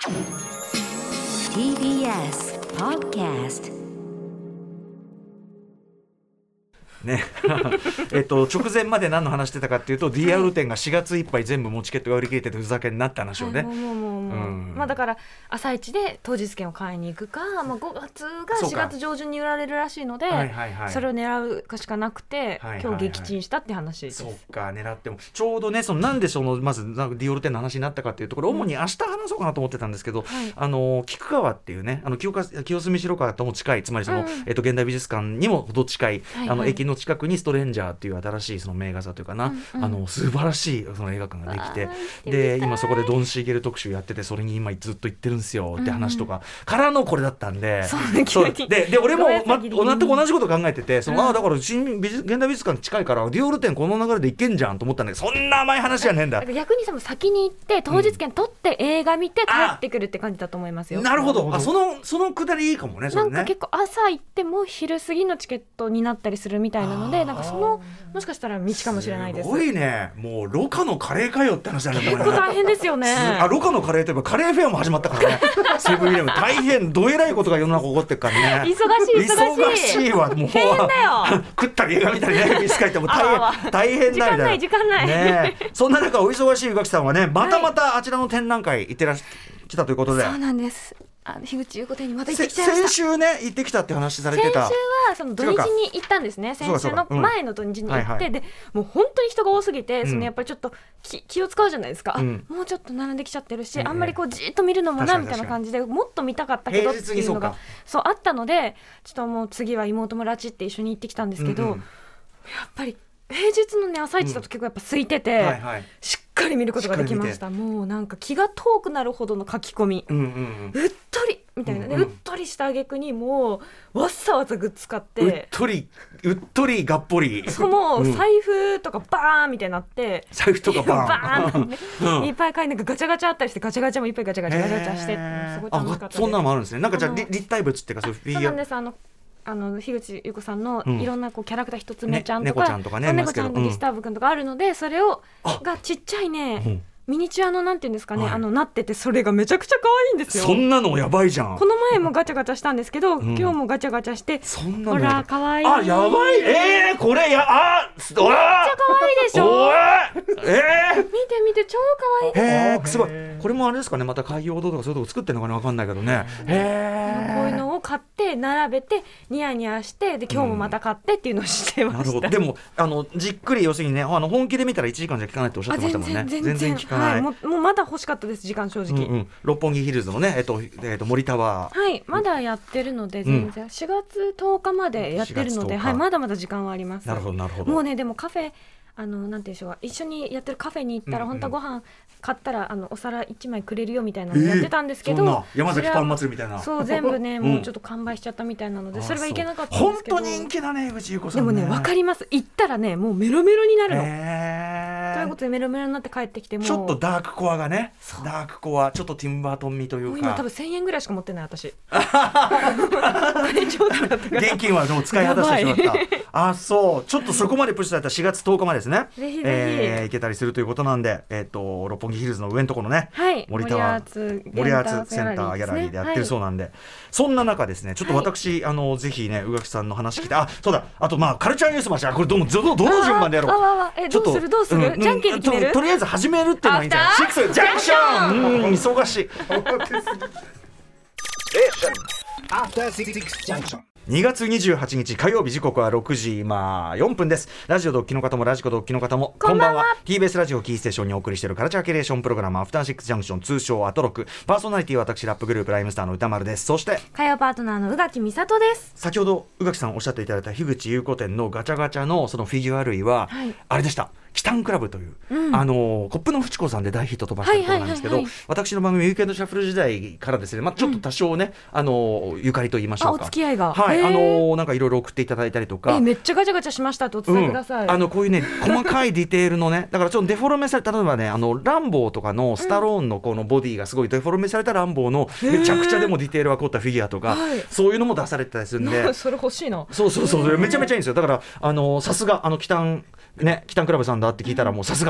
TBS Podcast ね直前まで何の話してたかっていうと DR 展が4月いっぱい全部もうチケットが売り切れててふざけになった話をね、 まあ、だから朝一で当日券を買いに行くか、まあ、5月が4月上旬に売られるらしいので、それを狙うかしかなくて、今日撃沈したって話です。 そうか、狙ってもちょうどね、なんでまずディオール展の話になったかっていうところ、主に明日話そうかなと思ってたんですけど、菊川っていうね、清澄白河とも近い、つまり現代美術館にもほど近い、駅の近くにストレンジャーっていう新しいその名画座というかな、素晴らしいその映画館ができて、で今そこでドン・シーゲル特集やってて、それに今ずっと行ってるんですよって話とかからのこれだったんで、で俺も全く同じこと考えてて、だから現代美術館近いからディオール展この流れで行けんじゃんと思ったんだけど、そんな甘い話じゃねえんだ。 逆に先に行って当日券取って映画見て帰ってくるって感じだと思いますよ。 なるほど、そのくだりいいかもね。 なんか結構朝行っても昼過ぎのチケットになったりするみたいなので、なんかもしかしたら道かもしれないです。 すごいね、もうロカのカレーかよって話だね。 結構大変ですよね。 ロカのカレーといえばカレーフェアも始まったからねセブンイレブン大変どえらいことが世の中起こってるからね。忙しいわ、もう大変だよ食ったり映画見たりね、見つかっても大変だみたいな。 時間ないね。そんな中お忙しい宇垣さんはね、またあちらの展覧会行ってきたということで。 そうなんです。樋口優子店にまた行ってきちゃいました。 先週ね行ってきたって話されてた。 先週はその土日に行ったんですね。先週の前の土日に行って、でもう本当に人が多すぎて、やっぱりちょっと気を使うじゃないですか、もうちょっと並んできちゃってるし、あんまりこうじーっと見るのもなみたいな感じで、もっと見たかったけどっていうのがあったので、ちょっともう次は妹も拉致って一緒に行ってきたんですけど、やっぱり平日のね朝一だと結構やっぱ空いてて、しっかり見ることができました。もうなんか気が遠くなるほどの書き込み、うっとりみたいなね、うっとりした挙句にもうわっさわざグッズ使って、 うっとりがっぽり、 もう財布とかバーンみたいになって、 財布とかバーンいっぱい買い、なんかガチャガチャあったりして、ガチャガチャもいっぱいガチャガチャしてすごい楽しかったです。 そんなのもあるんですね。なんかじゃあ立体物っていうか、そういうフィギュア。 そうなんです。樋口優子さんのいろんなキャラクター、一つ目ちゃんとか、 猫ちゃんとかね、 猫ちゃんとギスターブくんとかあるので、それがちっちゃいね、ミニチュアのなんていうんですかね、なってて、それがめちゃくちゃ可愛いんですよ。 そんなのやばいじゃん。 この前もガチャガチャしたんですけど、今日もガチャガチャして、ほら可愛い。 やばい。これめっちゃ可愛いでしょ。見て超可愛い。 すごい。これもあれですかね、また開業堂とかそういうとこ作ってるのかな、分かんないけどね。 こういうのを買って並べてニヤニヤして、で今日もまた買ってっていうのをしてました。 なるほど。でもじっくり、要するにね、本気で見たら1時間じゃ聞かないっておっしゃってましたもんね。全然聞かない。 もうまだ欲しかったです、時間正直。 六本木ヒルズのね、森タワー、 まだやってるので、全然4月10日までやってるので、まだまだ時間はあります。 なるほど。 もうね、でもカフェなんていうんでしょう、一緒にやってるカフェに行ったら、本当はご飯買ったらお皿1枚くれるよみたいなのやってたんですけど、 山崎パン祭りみたいな、 そう全部ね、もうちょっと完売しちゃったみたいなので、それはいけなかったんですけど。 本当人気だね、口優子さん。 でもね、分かります。行ったらね、もうメロメロになるの。ということでメロメロになって帰ってきて、もうちょっとダークコアがね、ダークコア、ちょっとティム・バートン味というか、 もう今多分1000円ぐらいしか持ってない私現金はもう使い果たしてしまったそう、ちょっとそこまでプッシュされた4月10日までですね。 ぜひぜひ行けたりするということなんで、六本木ヒルズの上のところのね、森アーツセンターギャラリーでやってるそうなんで、そんな中ですね、ちょっと私、ぜひね、宇垣さんの話聞いて、そうだ、あとカルチャーニュースマッチ、これどの順番でやろう。 どうするじゃんけんで決める。 とりあえず始めるっていうのがいいんじゃない。シックスジャンクション。忙しい。2月28日火曜日、時刻は6時4分です。ラジオドッキの方もラジコドッキの方もこんばんは。 TBS ラジオキーステーションにお送りしているカルチャーキュレーションプログラム、アフターシックスジャンクション、通称アトロク。パーソナリティは私、ラップグループライムスターの歌丸です。そして火曜パートナーの宇垣美里です。 先ほど宇垣さんおっしゃっていただいた樋口優子店のガチャガチャのそのフィギュア類は、あれでした。キタンクラブという、コップのフチ子さんで大ヒット飛ばしたところなんですけど、私の番組ウィークエンドシャッフル時代からですね、ちょっと多少ね、ゆかりと言いましょうか、 お付き合いが、 なんかいろいろ送っていただいたりとか、 めっちゃガチャガチャしましたとお伝えください。 こういうね、細かいディテールのね、だからちょっとデフォルメされた、例えばね、ランボーとかのスタローンのこのボディがすごいデフォルメされたランボーのめちゃくちゃでもディテールが凝ったフィギュアとか、そういうのも出されてたりするんでそれ欲しいな。 そうめちゃめちゃいいんですよ。だからさすがキタンクラブさんだって聞いたら、もうさすが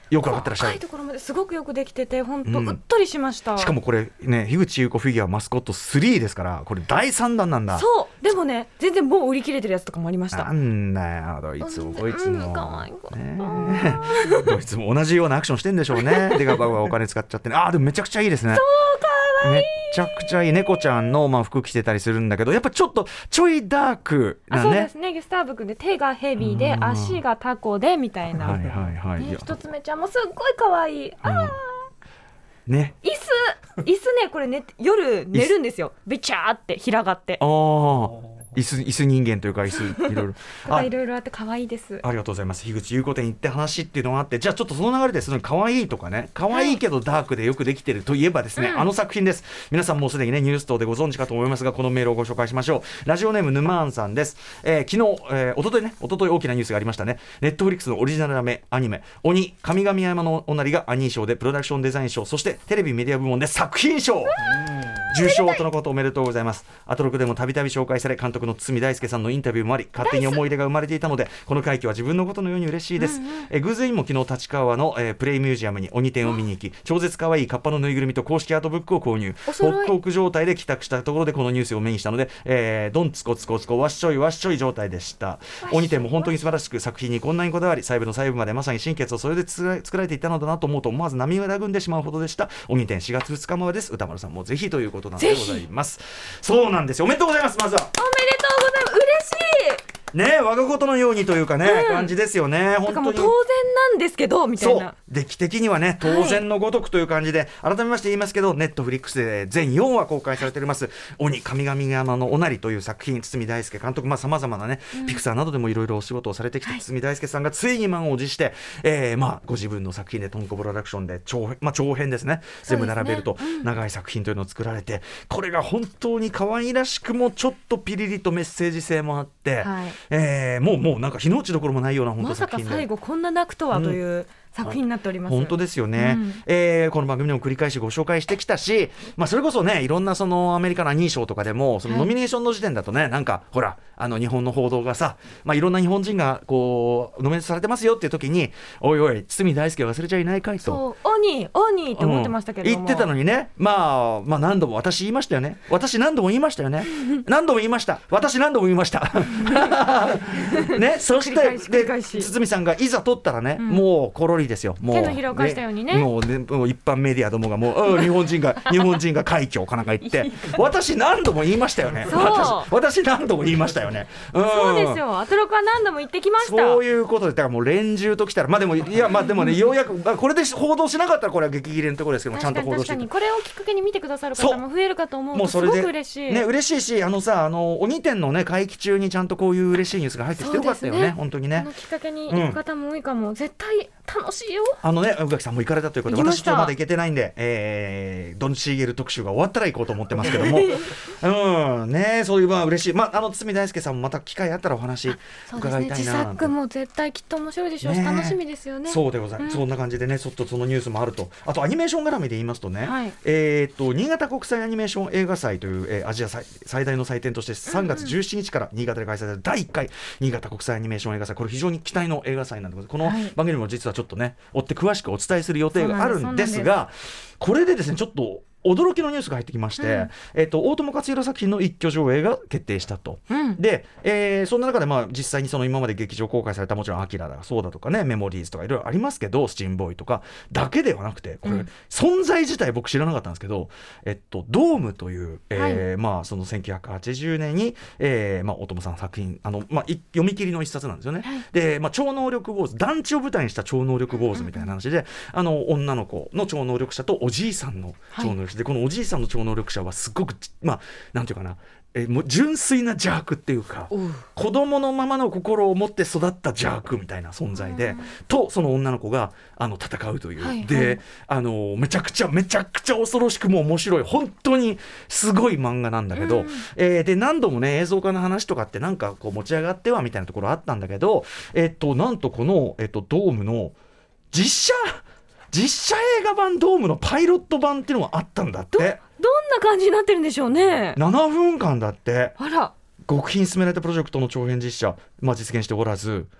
よくわかってらっしゃる。 細かいところまですごくよくできてて本当うっとりしました、 しかもこれね樋口優子フィギュアマスコット3ですからこれ第3弾なんだ。 そうでもね全然もう売り切れてるやつとかもありました。 なんだよどいつもこいつも、 かわいい子、 どいつも同じようなアクションしてんでしょうねでお金使っちゃってね。でもめちゃくちゃいいですね。 そうかわいい、 めちゃくちゃいい。猫ちゃんの服着てたりするんだけどやっぱちょっとちょいダークなね。 そうですね。ギュスターブ君で手がヘビで足がタコでみたいな、 はいはいはい、 一つ目ちゃんもすっごい可愛い。 ね、 椅子ねこれね夜寝るんですよ。ビチャーって平がって。 椅子人間というか椅子いろいろいろいろあって可愛いです。 ありがとうございます。樋口優子店行って話っていうのがあって、じゃあちょっとその流れですごい可愛いとかね、可愛いけどダークでよくできてるといえばですね、あの作品です。皆さんもうすでにねニュース等でご存知かと思いますがこのメールをご紹介しましょう。ラジオネームぬまーんさんです。昨日、一昨日大きなニュースがありましたね。ネットフリックスのオリジナルアニメ鬼神々山のおなりがアニー賞でプロダクションデザイン賞、そしてテレビメディア部門で作品賞受賞とのことおめでとうございます。アトロクでもたびたび紹介され監督の堤大輔さんのインタビューもあり勝手に思い入れが生まれていたのでこの快挙は自分のことのように嬉しいです。偶然にも昨日立川の、プレイミュージアムに鬼展を見に行き超絶可愛いカッパのぬいぐるみと公式アートブックを購入。ホクホク状態で帰宅したところでこのニュースを目にしたので、どんつこつこつこわっしょいわっしょい状態でした。鬼展も本当に素晴らしく作品にこんなにこだわり細部の細部までまさに心血をそれで作られていたのだなと思うと思わず涙がぐんでしまうほどでした。鬼展4月2日までです。歌丸さんもぜひということなんでございます。そうなんですよ。おめでとうございます。まずはおめでとうございます。嬉しいね、我がことのようにというかね、感じですよね。本当に当然なんですけどみたいな。 そう出来的にはね当然のごとくという感じで、改めまして言いますけどネットフリックスで全4話公開されております鬼神々山のおなりという作品、堤大輔監督、さまざまなね、ピクサーなどでもいろいろお仕事をされてきた堤大輔さんがついに満を持して、ご自分の作品でトンコプロダクションで長編ですね全部並べると長い作品というのを作られて、これが本当に可愛らしくもちょっとピリリとメッセージ性もあって、もうなんか日の打ちどころもないような本当作品で、 まさか最後こんな泣くとはという、作品になっております。 本当ですよね、この番組でも繰り返しご紹介してきたし、それこそねいろんなそのアメリカのアニー賞とかでもそのノミネーションの時点だとね、なんかほら日本の報道がさ、いろんな日本人がこうノミネートされてますよっていう時においおい堤大輔忘れちゃいないかいと、 そう鬼って思ってましたけれども、 言ってたのにね、何度も私言いましたよね、私何度も言いましたよね何度も言いました、私何度も言いましたね、そして堤さんがいざ撮ったらね、もうコロリですよ。もう手のひらを返したようにね、 もう一般メディアどもがもう日本人が快挙かなんか言って私何度も言いましたよね、私何度も言いましたよね、 そうですよ、アトロクは何度も言ってきました。 そういうことで、だからもう連中ときたらでもねようやくこれで報道しなかったらこれは激切れのところですけども、ちゃんと報道して、 確かにこれをきっかけに見てくださる方も増えるかと思うとすごく嬉しい、 嬉しいし、鬼展のね会期中にちゃんとこういう嬉しいニュースが入ってきてよかったよね、本当にね。 このきっかけに行く方も多いかも、絶対楽しいよ。 宇垣さんも行かれたということで、私ちょっとまだ行けてないんで、ドン・シーゲル特集が終わったら行こうと思ってますけどもそういう嬉しい、堤大輔さんもまた機会あったらお話伺いたいな。 自作も絶対きっと面白いでしょうし、楽しみですよね。 そうでございます、そんな感じでね、ちょっとそのニュースもあると。あとアニメーション絡みで言いますとね、新潟国際アニメーション映画祭という、アジア最大の祭典として3月17日から新潟で開催される第1回新潟国際アニメーション映画祭、これ非常に期待の映画祭なんで、この番組も実はちょっとね追って詳しくお伝えする予定があるんですが、これでですねちょっと驚きのニュースが入ってきまして、大友克洋作品の一挙上映が決定したと、で、そんな中で実際にその今まで劇場公開されたもちろんアキラだそうだとかね、メモリーズとかいろいろありますけど、スチームボーイとかだけではなくて、これ、存在自体僕知らなかったんですけど、ドームという、その1980年に、大友さん作品読み切りの一冊なんですよね、で、超能力坊主、団地を舞台にした超能力坊主みたいな話で、女の子の超能力者とおじいさんの超能力者で、このおじいさんの超能力者はすごくなんていうかな、もう純粋な邪悪っていうか、子供のままの心を持って育った邪悪みたいな存在で、とその女の子が戦うという、でめちゃくちゃ恐ろしくも面白い本当にすごい漫画なんだけど、で何度もね映像化の話とかってなんかこう持ち上がってはみたいなところあったんだけど、なんとこの、ドームの実写映画版ドームのパイロット版っていうのがあったんだって。 どんな感じになってるんでしょうね。 7分間だって。 あら、 極貧進められたプロジェクトの長編実写、実現しておらず、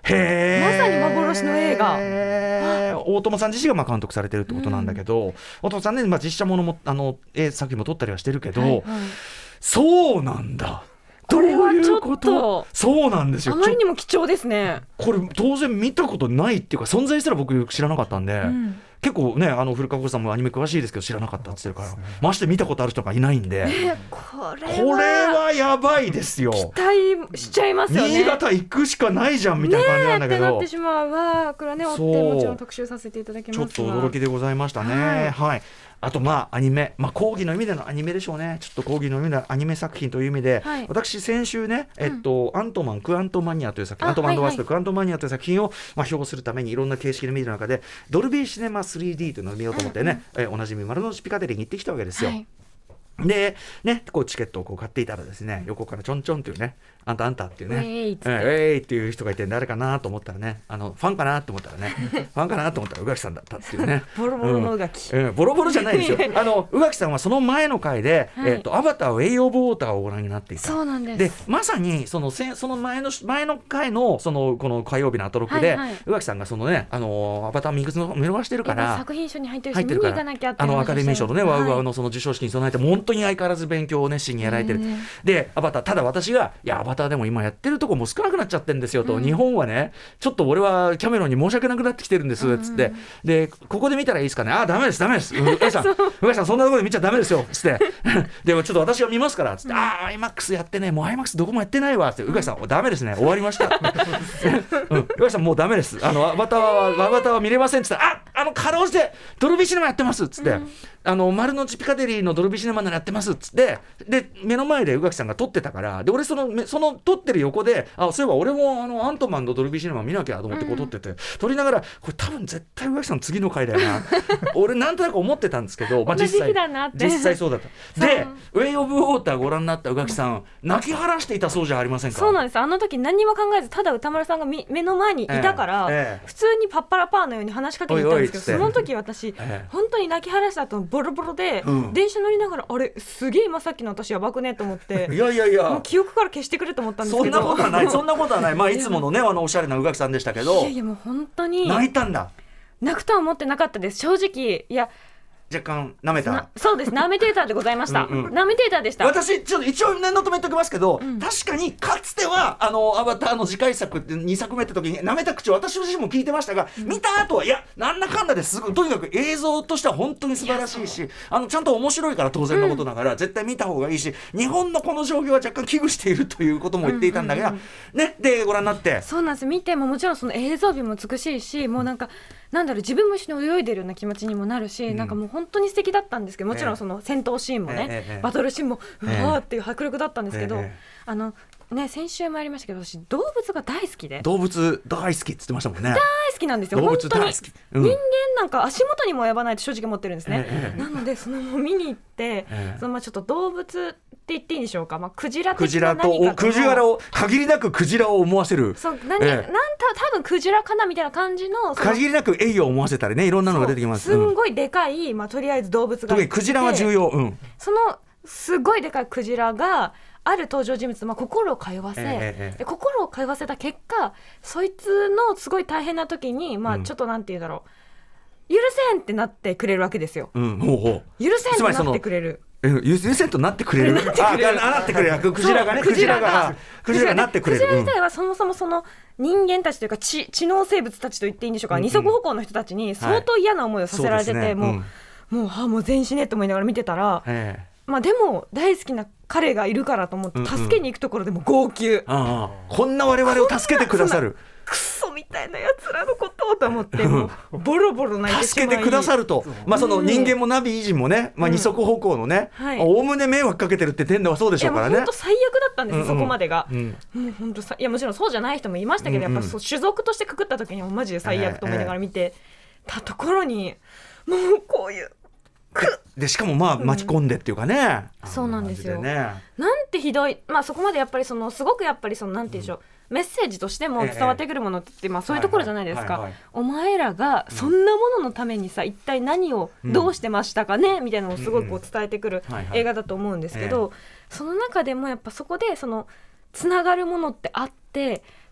へまさに幻の映画。 大友さん自身が監督されてるってことなんだけど、大友さんね、実写ものも作品も撮ったりはしてるけど、そうなんだ。 これはちょっとそうなんですよ。 あまりにも貴重ですね。 これ当然見たことないっていうか、存在すら僕知らなかったんで、結構ね、古川さんもアニメ詳しいですけど知らなかったって言ってるから、まして見たことある人がいないんで、 これはやばいですよ。 期待しちゃいますよね。 新潟行くしかないじゃんみたいな感じなんだけど、 ってなってしまうわ。これはね、追ってもちろん特集させていただきますが、 ちょっと驚きでございましたね。はい。あとアニメ、講義の意味でのアニメでしょうね。ちょっと講義の意味でのアニメ作品という意味で、私先週ね、アントマンクアントマニアという作品、アントマン&ワースとクアントマニアという作品を評するためにいろんな形式で見る中で、ドルビーシネマ 3D というのを見ようと思ってね、おなじみ丸の内ピカデリーに行ってきたわけですよ。でね、こうチケットを買っていたらですね、横からちょんちょんっていうね、あんたっていうね、っていう人がいて、誰かなと思ったらね、ファンかなと思ったらねファンかなと思ったら宇垣さんだったっていうねボロボロの宇垣、 ボロボロじゃないですよ宇垣さんはその前の回で、アバターウェイオブウォーターをご覧になっていた。 そうなんです。 でまさにその前の回のこの火曜日のアトロクで、宇垣さんがそのね、アバター見逃してるから作品賞に入ってるし見に行かなきゃってアカデミー賞のね、ワウワウのその授賞式に備えて本当に相変わらず勉強を熱心にやられてる。でアバター、ただ私がアバターでも今やってるとこも少なくなっちゃってるんですよと、日本はねちょっと俺はキャメロンに申し訳なくなってきてるんですっつって、でここで見たらいいですかね、ダメです宇垣さんそんなところで見ちゃダメですよっつってでもちょっと私は見ますからっつって、IMAX やってね、もう IMAX どこもやってないわって、宇垣さんダメですね、終わりました宇垣さんもうダメです、アバターは見れませんっつって、かろうじてドルビーシネマやってますっつって、丸の内ピカデリーのドルビーシネマならやってますっつって、で目の前で宇垣さんが撮ってたから、で俺その撮ってる横で、そういえば俺もアントマンのドルビーシネマ見なきゃと思って撮ってて、撮りながら、これ多分絶対宇垣さん次の回だよな俺なんとなく思ってたんですけど、実際そうだったで、ウェイオブウォーターご覧になった宇垣さん、泣き晴らしていたそうじゃありませんか。 そうなんです。あの時何にも考えず、ただ歌丸さんが目の前にいたから、普通にパッパラパーのように話しかけに行ったんですけど、その時私、本当に泣き晴らした後ボロボロで、電車乗りながら、あれすげえ今さっきの私やばくねと思って、 いやもう記憶から消してくれと思ったんですけど、 そんなことはないいつものね、おしゃれな宇垣さんでしたけど、 いやもう本当に泣いたんだ。 泣くとは思ってなかったです、正直。いや若干舐めた。 そうです、舐めテーターでございました。舐めテーターでした。 私ちょっと一応念のため言っておきますけど、確かにかつてはアバターの次回作って2作目って時に舐めた口を私自身も聞いてましたが、見た後はいやなんだかんだですごい、とにかく映像としては本当に素晴らしいし、ちゃんと面白いから当然のことながら、絶対見た方がいいし、日本のこの状況は若干危惧しているということも言っていたんだが、ね、でご覧になって。 そうなんです。見てももちろんその映像美も美しいし、もうなんだろう、自分も一緒に泳いでるような気持ちにもなるし、なんかもう本当に素敵だったんですけど、もちろんその戦闘シーンもね、バトルシーンもうわーっていう迫力だったんですけど、先週もありましたけど、私動物が大好きで、 動物大好きって言ってましたもんね。 大好きなんですよ、本当に。人間なんか足元にも及ばないと正直思ってるんですね。なので見に行って、ちょっと動物って言っていいんでしょうか、クジラ的な何かと限りなくクジラを思わせる、 多分クジラかなみたいな感じの、 限りなくエイを思わせたりね、いろんなのが出てきます。 すんごいでかい、とりあえず動物がいて、 特にクジラは重要。 そのすごいでかいクジラがある登場人物と心を通わせ、で心を通わせた結果、そいつのすごい大変な時に、ちょっとなんていうんだろう、許せんってなってくれるわけですよ。許せんってなってくれる。 許せんとなってくれる。なってくれる。クジラがね、クジラがなってくれる。 クジラ自体はそもそもその人間たちというか知能生物たちと言っていいんでしょうか、二足歩行の人たちに相当嫌な思いをさせられてて、もう全員死ねと思いながら見てたら、でも大好きな彼がいるからと思って助けに行くところでも号泣、 こんな我々を助けてくださるクソみたいなやつらのことをと思って、もうボロボロ泣いてしまい、 助けてくださると、その人間もナビ維持もね、二足歩行のね、おおむね迷惑かけてるって点ではそうでしょうからね。 本当最悪だったんです、そこまでが。もう本当いやもちろんそうじゃない人もいましたけど、やっぱ種族としてくくった時にはマジで最悪と思いながら見てたところに、もうこういうでしかも巻き込んでっていうかね、 そうなんですよ。なんてひどい、そこまでやっぱりすごくやっぱりなんていうんでしょう、メッセージとしても伝わってくるものって、そういうところじゃないですか。お前らがそんなもののためにさ、一体何をどうしてましたかね、みたいなのをすごい伝えてくる映画だと思うんですけど、その中でもやっぱそこでつながるものってあって、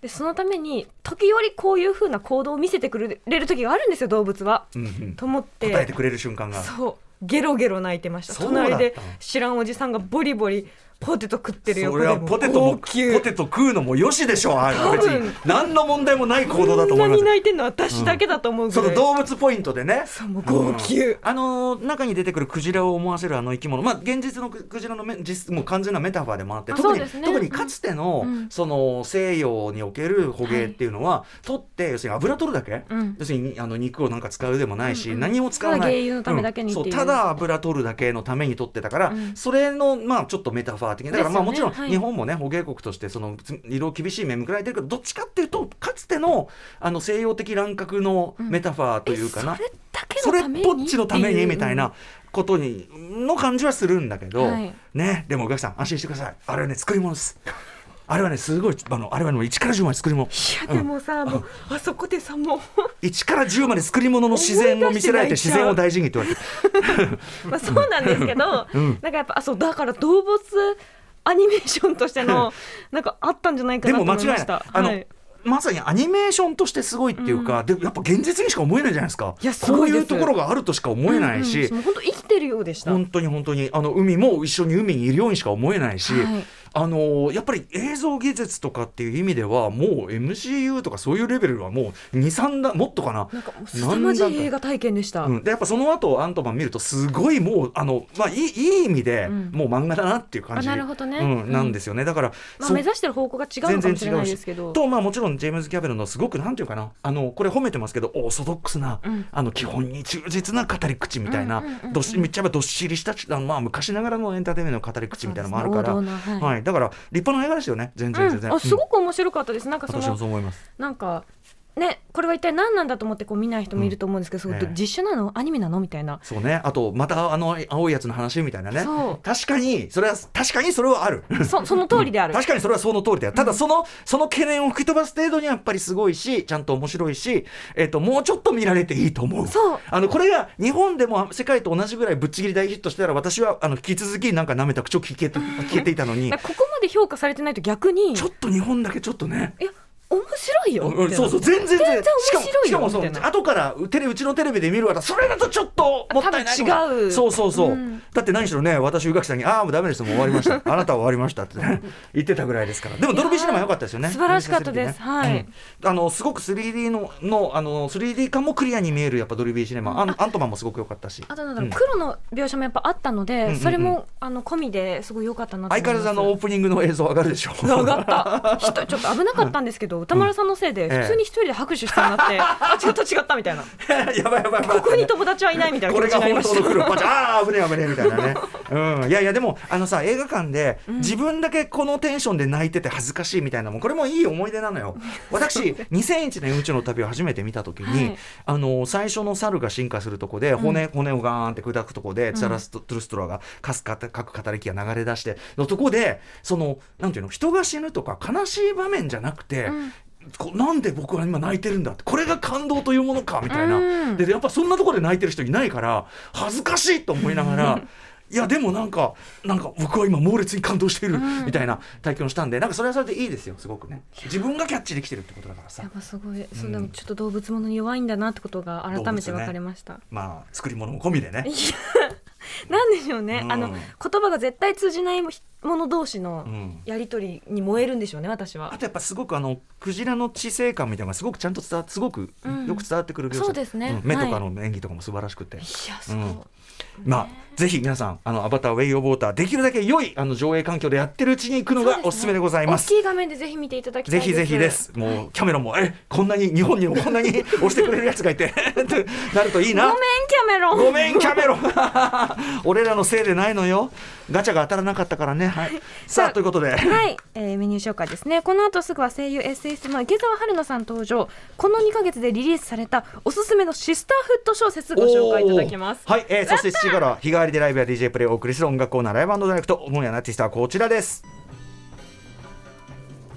でそのために時折こういう風な行動を見せてくれる時があるんですよ動物は、と思って答えてくれる瞬間が。 そうゲロゲロ泣いてました。隣で知らんおじさんがボリボリポテト食ってる横でもポテト食うのもよしでしょ。別に何の問題もない行動だと思います。 こんなに泣いてるの私だけだと思うぐらい、 その動物ポイントでね。 そうもう号泣、 中に出てくるクジラを思わせる生き物、現実のクジラのもう完全なメタファーでもあって、特にかつての、その西洋における捕鯨っていうのは、取って要するに油取るだけ、要するに肉をなんか使うでもないし、何も使わない、 ただ芸油のためだけにっていう、 ただ油取るだけのために取ってたから、それのちょっとメタファー的にだからもちろん日本もね捕鯨国としてその色厳しい目向けられてるけど、どっちかっていうとかつての西洋的乱獲のメタファーというかな、それっぽっちのためにみたいなことにの感じはするんだけど、ね。でも宇垣さん安心してください。あれはね作り物です。あれはねすごいあれは1から10まで作り物。 いやでもさ、もうあそこでさもう 1から10まで作り物の自然を見せられて自然を大事にって言われてそうなんですけど、なんかやっぱそうだから動物アニメーションとしてのなんかあったんじゃないかなと思いました。 でも間違いない、まさにアニメーションとしてすごいっていうか、でやっぱ現実にしか思えないじゃないですか。こういうところがあるとしか思えないし、 本当生きてるようでした。 本当に海も一緒に海にいるようにしか思えないし、やっぱり映像技術とかっていう意味ではもう MCU とかそういうレベルはもう 2,3 段もっとかな、 なんかもう凄まじい映画体験でした、 でやっぱその後アントマン見るとすごいもういい意味でもう漫画だなっていう感じ、 なるほどね、 なんですよね。だから、 目指してる方向が違うのかもしれないですけど、 ともちろんジェームズ・キャメロンのすごくなんていうかな、これ褒めてますけどオーソドックスな、基本に忠実な語り口みたいな、めっちゃどっしりした昔ながらのエンターテインメントの語り口みたいなのもあるから、だから立派な映画ですよね。全然、 すごく面白かったです。なんか私もそう思います。 なんかね、これは一体何なんだと思って見ない人もいると思うんですけど、実写なのアニメなのみたいな。 そうね。あとまた青いやつの話みたいなね。確かにそれはある。 その通りである。 確かにそれはその通りである。ただその懸念を吹き飛ばす程度にやっぱりすごいし、ちゃんと面白いし、もうちょっと見られていいと思う。これが日本でも世界と同じぐらいぶっちぎり大ヒットしてたら、私は引き続きなんか舐めた口を聞けていたのに、 ここまで評価されてないと逆にちょっと日本だけちょっとね。 面白いよ。 そう全然面白いよ。 しかも後からうちのテレビで見るわ、それだとちょっともったいない。 多分違う。 そう、だって何しろね、私宇垣さんにもうダメです、もう終わりましたあなたは終わりましたってね言ってたぐらいですから。でもドルビーシネマ良かったですよね。 素晴らしかったです。はい。 すごく 3D の 3D 感もクリアに見えるやっぱドルビーシネマ、アントマンもすごく良かったし、 あと黒の描写もやっぱあったので、それも込みですごい良かったなと思います。 相変わらずオープニングの映像上がるでしょ。 上がったちょっと危なかったんですけど、歌丸さんのせいで普通に一人で拍手してなって、違ったみたいなやばいここに友達はいないみたいな気持ちになりました。 これが本当の黒パチ危ねみたいなね、いやでも映画館で自分だけこのテンションで泣いてて恥ずかしいみたいなもん、これもいい思い出なのよ。私2001年宇宙の旅を初めて見た時に、最初の猿が進化するとこで骨をガーンって砕くとこで、ツァラストゥルストラが各語り機が流れ出してのとこで、なんていうの、人が死ぬとか悲しい場面じゃなくて、なんで僕は今泣いてるんだって、これが感動というものかみたいな、でやっぱそんなところで泣いてる人いないから恥ずかしいと思いながらいやでもなんか僕は今猛烈に感動しているみたいな体験をしたんで、なんかそれはそれでいいですよ。すごくね、自分がキャッチできてるってことだからさ、 やっぱすごい、でもちょっと動物ものに弱いんだなってことが改めて分かりました。 作り物も込みでねなんでしょうね、言葉が絶対通じない者同士のやり取りに燃えるんでしょうね、私は。 あとやっぱすごくクジラの知性感みたいなのがすごくちゃんとすごくよく伝わってくる描写、 そうですね、 目とかの演技とかも素晴らしくて、 そうぜひ皆さんアバターウェイオブウォーターできるだけ良い上映環境でやってるうちに行くのがおすすめでございます。 大きい画面でぜひ見ていただきたいです。 ぜひです。もうキャメロンもこんなに日本にもこんなに押してくれるやつがいてなるといいな。 ごめんキャメロンごめんキャメロン俺らのせいでないのよ、ガチャが当たらなかったからね、さあということで、 メニュー紹介ですね。この後すぐは声優 SS の池澤春菜さん登場。この2ヶ月でリリースされたおすすめのシスターフット小説ご紹介いただきます。 そして7時頃日替わりでライブや DJ プレイをお送りする音楽コーナーライブ&ダイレクト、主にアーティストはこちらです。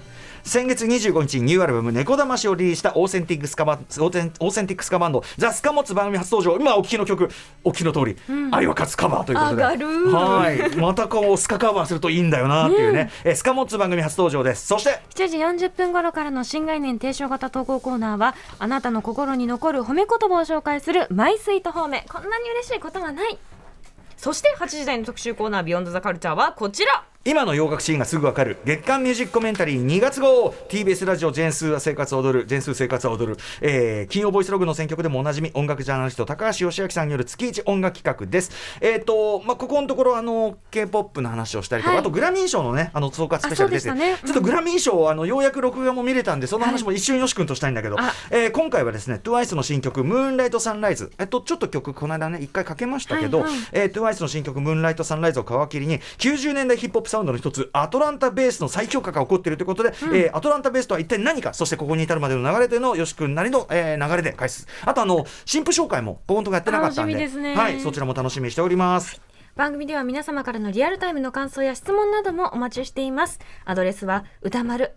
先月25日にニューアルバム猫魂をリリースしたオーセンティックスカバンドザ・スカモッツ番組初登場。今お聞きの曲、お聞きの通り、愛は勝つカバーということで、はい、またこうスカカバーするといいんだよなっていうね、スカモッツ番組初登場です。そして 7時40分頃からの新概念提唱型投稿コーナーは、あなたの心に残る褒め言葉を紹介するマイスイート褒め。こんなに嬉しいことはない。そして8時台の特集コーナービヨンドザカルチャーはこちら。 今の洋楽シーンがすぐわかる月刊ミュージックコメンタリー2月号 TBS ラジオジェンスー生活を踊る金曜ボイスログの選曲でもおなじみ音楽ジャーナリスト高橋義明さんによる月一音楽企画です。ここのところK-POP の話をしたりとか、あとグラミー賞のね総括スペシャル出て、ちょっとグラミー賞ようやく録画も見れたんでその話も一瞬よし君としたいんだけど、今回はですね TWICE の新曲ムーンライトサンライズ、ちょっと曲この間ね一回かけましたけど、TWICE の新曲ムーンライトサンライズを皮切りに90年代ヒップホップサウンドの一つアトランタベースの再評価が起こっているということで、アトランタベースとは一体何か、そしてここに至るまでの流れというのをよし君なりの、流れで解説、あと新譜紹介もここのとこやってなかったんで、はい、そちらも楽しみにしております。 番組では皆様からのリアルタイムの感想や質問などもお待ちしています。アドレスは歌丸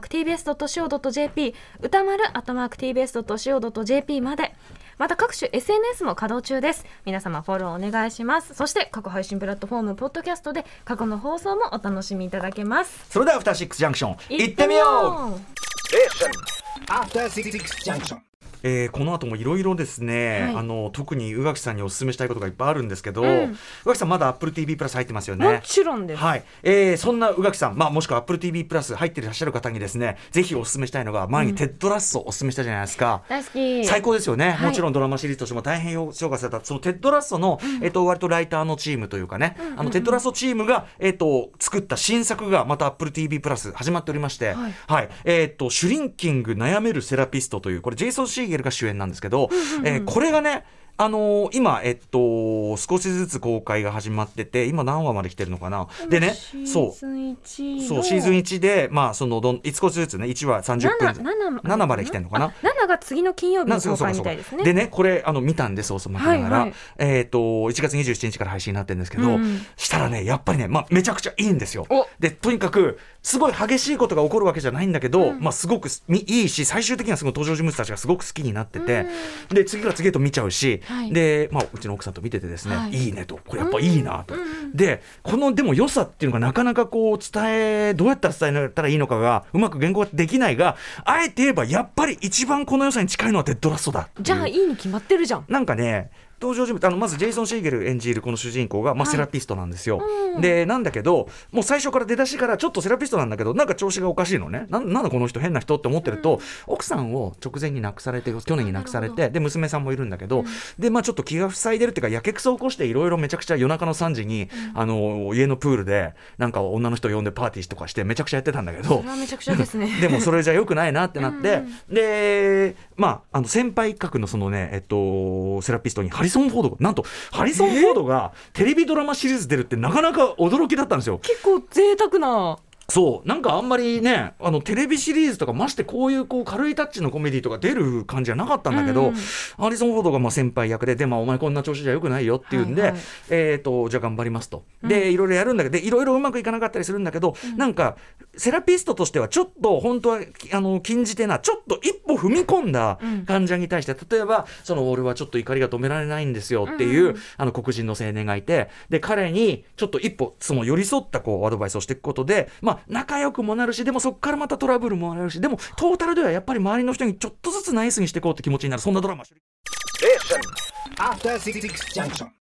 @tbs.co.jp 歌丸@tbs.co.jp まで。また各種 SNS も稼働中です。皆様フォローお願いします。そして各配信プラットフォームポッドキャストで過去の放送もお楽しみいただけます。 それではアフターシックスジャンクション行ってみよう。 アフターシックスジャンクション。 この後もいろいろですね、特に宇垣さんにお勧めしたいことがいっぱいあるんですけど、宇垣さんまだ Apple TV プラス入ってますよね。 もちろんです、 はい。そんな宇垣さん、もしくは Apple TV プラス入っていらっしゃる方にですね、ぜひお勧めしたいのが、前にテッドラッソをお勧めしたじゃないですか。 大好き。 最高ですよね、もちろんドラマシリーズとしても大変評価されたそのテッドラッソの、割とライターのチームというかね、テッドラッソチームが、作った新作がまた Apple TV プラス始まっておりまして、はい、シュリンキング悩めるセラピストという、これジェイソン・シーゲルが主演なんですけど、これがね今、少しずつ公開が始まってて、今何話まで来てるのかな。でね、シーズン1で、少しずつね、1話30分7まで来てるのかな。 7が次の金曜日の公開みたいですね。 でね、これ見たんです、おそまきながら、1月27日から配信になってるんですけど、したらね、やっぱりね、めちゃくちゃいいんですよ。で、とにかくすごい激しいことが起こるわけじゃないんだけど、すごくいいし、最終的にはすごい登場人物たちがすごく好きになってて、で次から次へと見ちゃうし、でうちの奥さんと見ててですね、いいねと、これやっぱいいなと、でこのでも良さっていうのがなかなかこうどうやったら伝えたらいいのかがうまく言語ができないが、あえて言えばやっぱり一番この良さに近いのはテッドラッソだ。 じゃあいいに決まってるじゃん。 なんかね、登場人物まずジェイソン・シーゲル演じるこの主人公が、セラピストなんですよ、でなんだけどもう最初から出だしからちょっとセラピストなんだけど、なんか調子がおかしいのね。なんだこの人変な人って思ってると、奥さんを直前に亡くされて、去年に亡くされて、で娘さんもいるんだけど、でちょっと気が塞いでるっていうか、やけくそを起こしていろいろめちゃくちゃ夜中の3時に、家のプールでなんか女の人呼んでパーティーとかしてめちゃくちゃやってたんだけど、 それはめちゃくちゃですねでもそれじゃ良くないなってなって、で先輩格のそのね、セラピストにハリソン・フォードが、なんとハリソン・フォードがテレビドラマシリーズ出るってなかなか驚きだったんですよ。 結構贅沢な。 そうなんかあんまりね、テレビシリーズとかましてこういう軽いタッチのコメディとか出る感じじゃなかったんだけど、ハリソン・フォードが先輩役で、お前こんな調子じゃよくないよっていうんで、じゃあ頑張りますと、でいろいろやるんだけど、いろいろうまくいかなかったりするんだけど、なんかセラピストとしてはちょっと本当は禁じ手な、ちょっと一歩踏み込んだ患者に対して、例えば俺はちょっと怒りが止められないんですよっていう、黒人の青年がいて、で彼にちょっと一歩寄り添ったアドバイスをしていくことで、仲良くもなるし、でもそこからまたトラブルもあるし、でもトータルではやっぱり周りの人にちょっとずつナイスにしていこうって気持ちになる、そんなドラマ。